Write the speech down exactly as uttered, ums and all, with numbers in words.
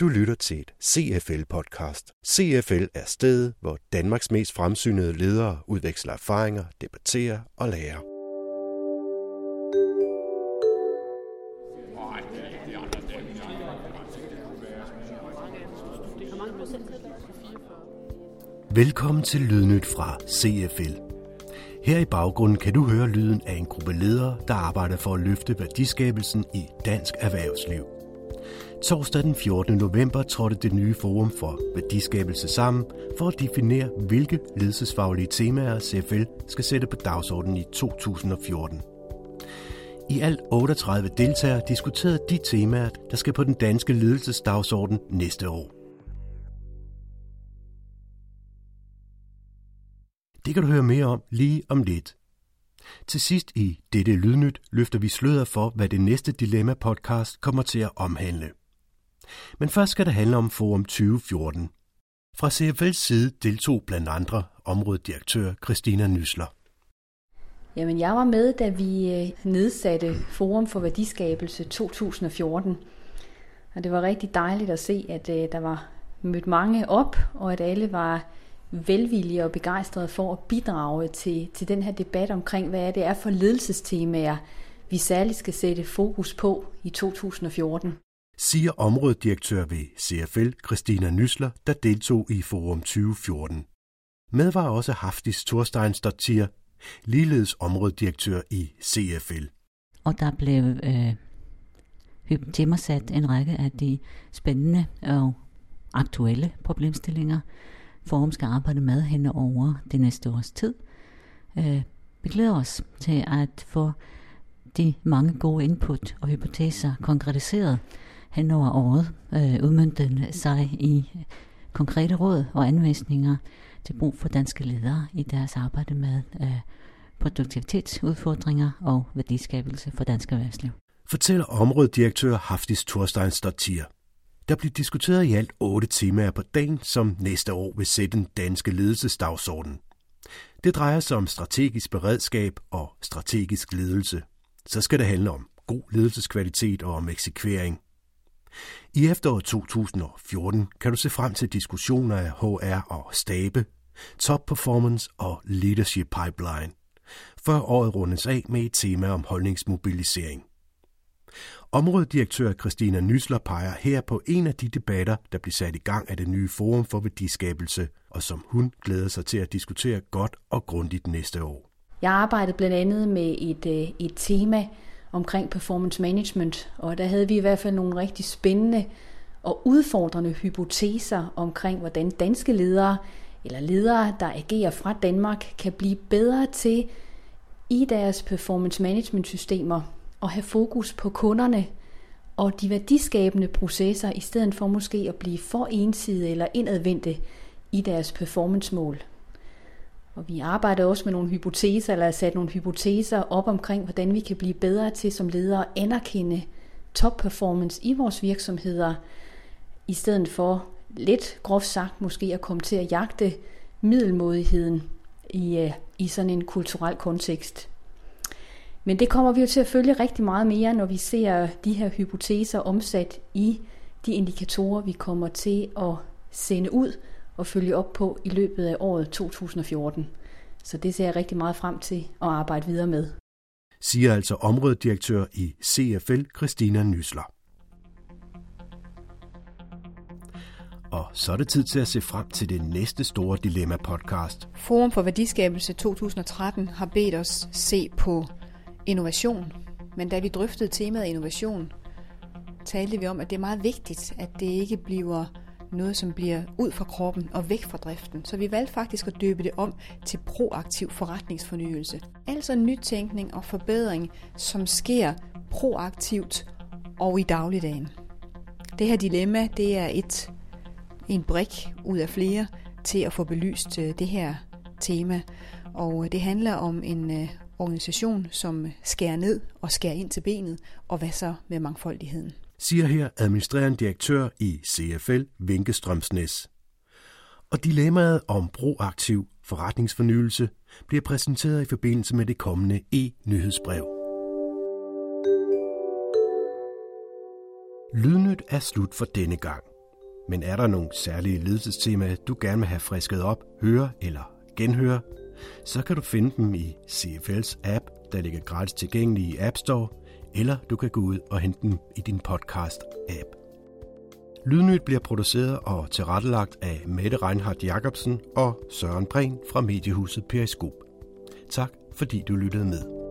Du lytter til et C F L-podcast. C F L er stedet, hvor Danmarks mest fremsynede ledere udveksler erfaringer, debatterer og lærer. Velkommen til Lydnyt fra C F L. Her i baggrunden kan du høre lyden af en gruppe ledere, der arbejder for at løfte værdiskabelsen i dansk erhvervsliv. Torsdag den fjortende november trådte det nye forum for værdiskabelse sammen for at definere, hvilke ledelsesfaglige temaer C F L skal sætte på dagsordenen i to tusind og fjorten. I alt otteogtredive deltagere diskuterede de temaer, der skal på den danske ledelsesdagsorden næste år. Det kan du høre mere om lige om lidt. Til sidst i dette Lydnyt løfter vi sløret for, hvad det næste Dilemma-podcast kommer til at omhandle. Men først skal det handle om Forum tyve fjorten. Fra C F L's side deltog blandt andre områdedirektør Christina Nysler. Jamen, jeg var med, da vi nedsatte Forum for Værdiskabelse to tusind og fjorten. Og det var rigtig dejligt at se, at der var mødt mange op, og at alle var velvillige og begejstrede for at bidrage til, til den her debat omkring, hvad det er for ledelsestemaer, vi særligt skal sætte fokus på i to tusind og fjorten. Siger områdedirektør ved C F L, Christina Nysler, der deltog i Forum tyve fjorten. Med var også Hafdis Thorsteinsdottir, ligeledes områdedirektør i C F L. Og der blev øh, temassat en række af de spændende og aktuelle problemstillinger, Forum skal arbejde med hen over det næste års tid. Øh, vi glæder os til at få de mange gode input og hypoteser konkretiseret hen over året, øh, udmøntende sig i konkrete råd og anvisninger til brug for danske ledere i deres arbejde med øh, produktivitetsudfordringer og værdiskabelse for dansk erhvervsliv. Fortæller områdedirektør Hafdis Thorsteinsdottir. Der bliver diskuteret i alt otte temaer på dagen, som næste år vil sætte den danske ledelsesdagsorden. Det drejer sig om strategisk beredskab og strategisk ledelse. Så skal det handle om god ledelseskvalitet og om eksekvering. I efteråret to tusind og fjorten kan du se frem til diskussioner af H R og stabe, top performance og leadership pipeline, før året rundes af med et tema om holdningsmobilisering. Områdedirektør Christina Nysler peger her på en af de debatter, der bliver sat i gang af det nye Forum for Værdiskabelse, og som hun glæder sig til at diskutere godt og grundigt næste år. Jeg arbejdede blandt andet med et, et tema omkring performance management, og der havde vi i hvert fald nogle rigtig spændende og udfordrende hypoteser omkring, hvordan danske ledere eller ledere, der agerer fra Danmark, kan blive bedre til i deres performance management systemer og have fokus på kunderne og de værdiskabende processer, i stedet for måske at blive for ensidige eller indadvendte i deres performancemål. Og vi arbejder også med nogle hypoteser, eller har sat nogle hypoteser op omkring, hvordan vi kan blive bedre til som ledere at anerkende top performance i vores virksomheder, i stedet for lidt groft sagt måske at komme til at jagte middelmådigheden i, i sådan en kulturel kontekst. Men det kommer vi jo til at følge rigtig meget mere, når vi ser de her hypoteser omsat i de indikatorer, vi kommer til at sende ud og følge op på i løbet af året to tusind og fjorten. Så det ser jeg rigtig meget frem til at arbejde videre med. Siger altså områdedirektør i C F L, Christina Nysler. Og så er det tid til at se frem til det næste store Dilemma-podcast. Forum for Værdiskabelse to tusind og tretten har bedt os se på innovation. Men da vi drøftede temaet innovation, talte vi om, at det er meget vigtigt, at det ikke bliver noget, som bliver ud fra kroppen og væk fra driften. Så vi valgte faktisk at døbe det om til proaktiv forretningsfornyelse. Altså nytænkning og forbedring, som sker proaktivt og i dagligdagen. Det her dilemma, det er et, en brik ud af flere til at få belyst det her tema. Og det handler om en organisation, som skærer ned og skærer ind til benet, og hvad så med mangfoldigheden? Siger her administrerende direktør i C F L, Wenche Strømsnes. Og dilemmaet om proaktiv forretningsfornyelse bliver præsenteret i forbindelse med det kommende e-nyhedsbrev. Lydnyt er slut for denne gang. Men er der nogle særlige ledelsestemaer, du gerne vil have frisket op, høre eller genhøre, så kan du finde dem i C F L's app, der ligger gratis tilgængelig i App Store, eller du kan gå ud og hente dem i din podcast-app. Lydnyt bliver produceret og tilrettelagt af Mette Reinhardt Jacobsen og Søren Prehn fra mediehuset Periskop. Tak fordi du lyttede med.